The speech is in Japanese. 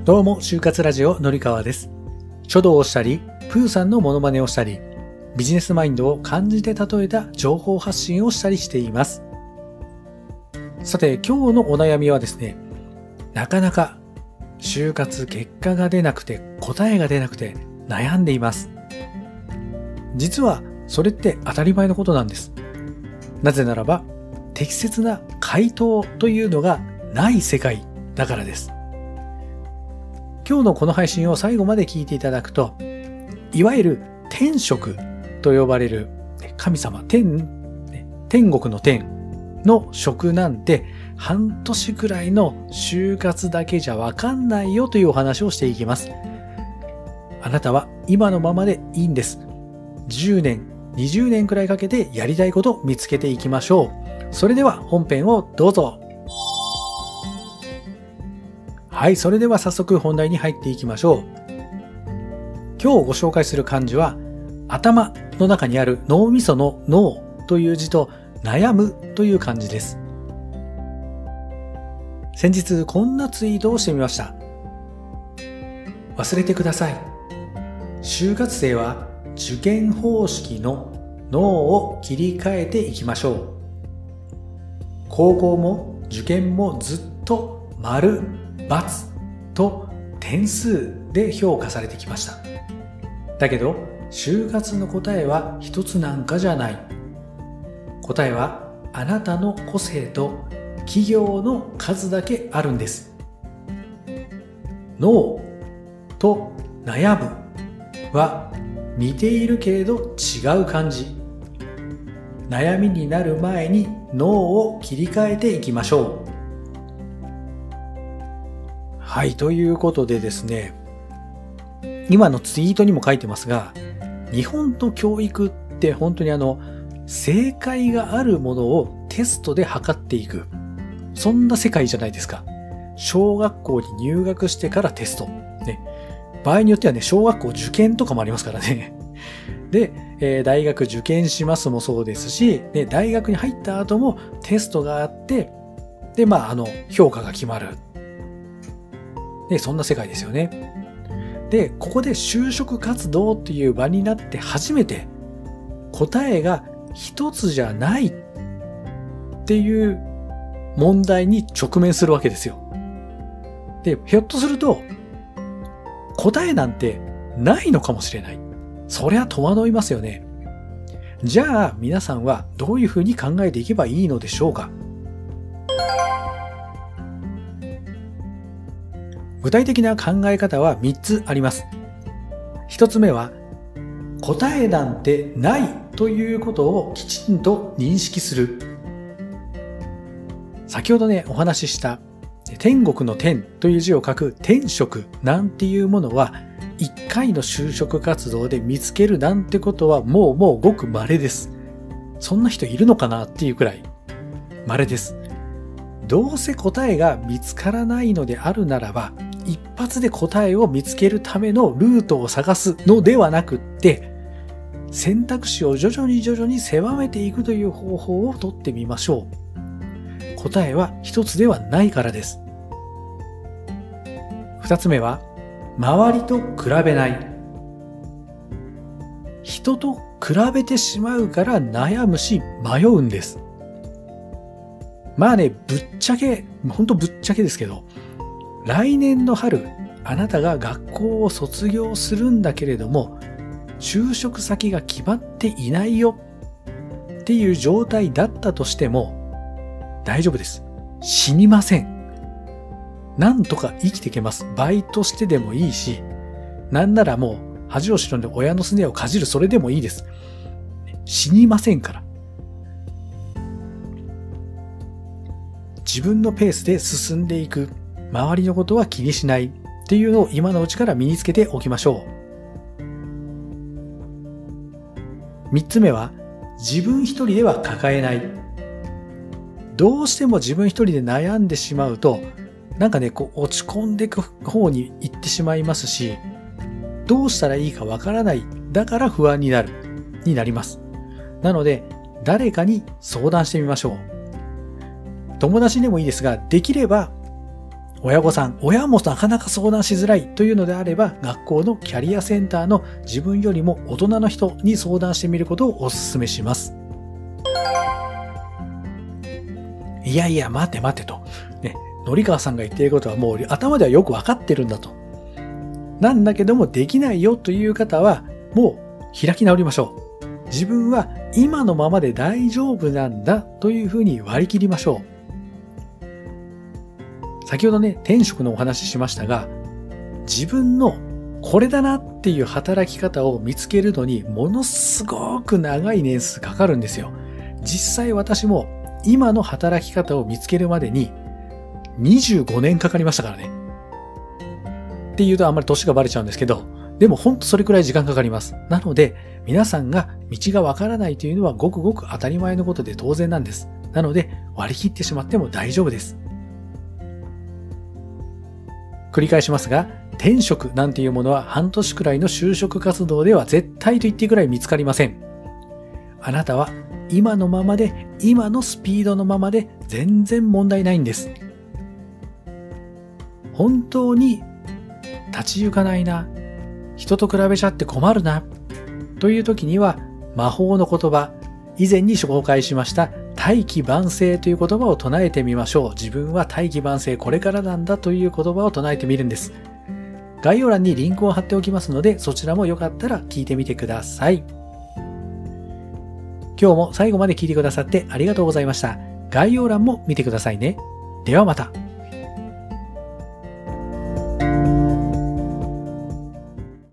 どうも、就活ラジオのりかわです。書道をしたり、プーさんのモノマネをしたり、ビジネスマインドを漢字で例えた情報発信をしたりしています。さて、今日のお悩みはですね、なかなか就活結果が出なくて、答えが出なくて悩んでいます。実は、それって当たり前のことなんです。なぜならば、適切な回答というのがない世界だからです。今日のこの配信を最後まで聞いていただくと、いわゆる天職と呼ばれる神様、天国の天の職なんて半年くらいの就活だけじゃわかんないよというお話をしていきます。あなたは今のままでいいんです。10年、20年くらいかけてやりたいこと見つけていきましょう。それでは本編をどうぞ。はい、それでは早速本題に入っていきましょう。今日ご紹介する漢字は、頭の中にある脳みその脳という字と悩むという漢字です。先日こんなツイートをしてみました。忘れてください。就活生は受験方式の脳を切り替えていきましょう。高校も受験もずっと丸、×と点数で評価されてきました。だけど、就活の答えは一つなんかじゃない。答えはあなたの個性と企業の数だけあるんです。脳と悩むは似ているけれど違う漢字。悩みになる前に脳を切り替えていきましょう。はい、ということでですね、今のツイートにも書いてますが、日本の教育って本当に正解があるものをテストで測っていく。そんな世界じゃないですか。小学校に入学してからテスト。ね、場合によってはね、小学校受験とかもありますからね。で、大学受験しますもそうですし、ね、大学に入った後もテストがあって、で、評価が決まる。で、そんな世界ですよね。で、ここで就職活動っていう場になって初めて答えが一つじゃないっていう問題に直面するわけですよ。で、ひょっとすると答えなんてないのかもしれない。そりゃ戸惑いますよね。じゃあ皆さんはどういうふうに考えていけばいいのでしょうか。具体的な考え方は3つあります。1つ目は、答えなんてないということをきちんと認識する。先ほどね、お話しした天国の天という字を書く天職なんていうものは、1回の就職活動で見つけるなんてことはもうごく稀です。そんな人いるのかなっていうくらい稀です。どうせ答えが見つからないのであるならば、一発で答えを見つけるためのルートを探すのではなくって、選択肢を徐々に狭めていくという方法をとってみましょう。答えは一つではないからです。二つ目は、周りと比べない。人と比べてしまうから悩むし迷うんです。ぶっちゃけですけど、来年の春、あなたが学校を卒業するんだけれども、就職先が決まっていないよっていう状態だったとしても、大丈夫です。死にません。なんとか生きていけます。バイトしてでもいいし、なんならもう恥を忍んで親のすねをかじる、それでもいいです。死にませんから。自分のペースで進んでいく。周りのことは気にしないっていうのを今のうちから身につけておきましょう。3つ目は、自分一人では抱えない。どうしても自分一人で悩んでしまうと、落ち込んでいく方に行ってしまいますし、どうしたらいいかわからない。だから不安になります。なので、誰かに相談してみましょう。友達でもいいですが、できれば親御さん、親もなかなか相談しづらいというのであれば、学校のキャリアセンターの自分よりも大人の人に相談してみることをお勧めします。いやいや、待て待てと。ね、のりかわさんが言っていることはもう頭ではよくわかってるんだと。なんだけどもできないよという方は、もう開き直りましょう。自分は今のままで大丈夫なんだというふうに割り切りましょう。先ほどね、転職のお話ししましたが、自分のこれだなっていう働き方を見つけるのにものすごく長い年数かかるんですよ。実際私も今の働き方を見つけるまでに25年かかりましたからね。っていうとあんまり年がバレちゃうんですけど、でもほんとそれくらい時間かかります。なので皆さんが道がわからないというのはごくごく当たり前のことで当然なんです。なので割り切ってしまっても大丈夫です。繰り返しますが、転職なんていうものは半年くらいの就職活動では絶対と言っていいくらい見つかりません。あなたは今のままで、今のスピードのままで全然問題ないんです。本当に立ち行かないな、人と比べちゃって困るな、という時には魔法の言葉、以前に紹介しました大器晩成という言葉を唱えてみましょう。自分は大器晩成、これからなんだという言葉を唱えてみるんです。概要欄にリンクを貼っておきますので、そちらもよかったら聞いてみてください。今日も最後まで聞いてくださってありがとうございました。概要欄も見てくださいね。ではまた。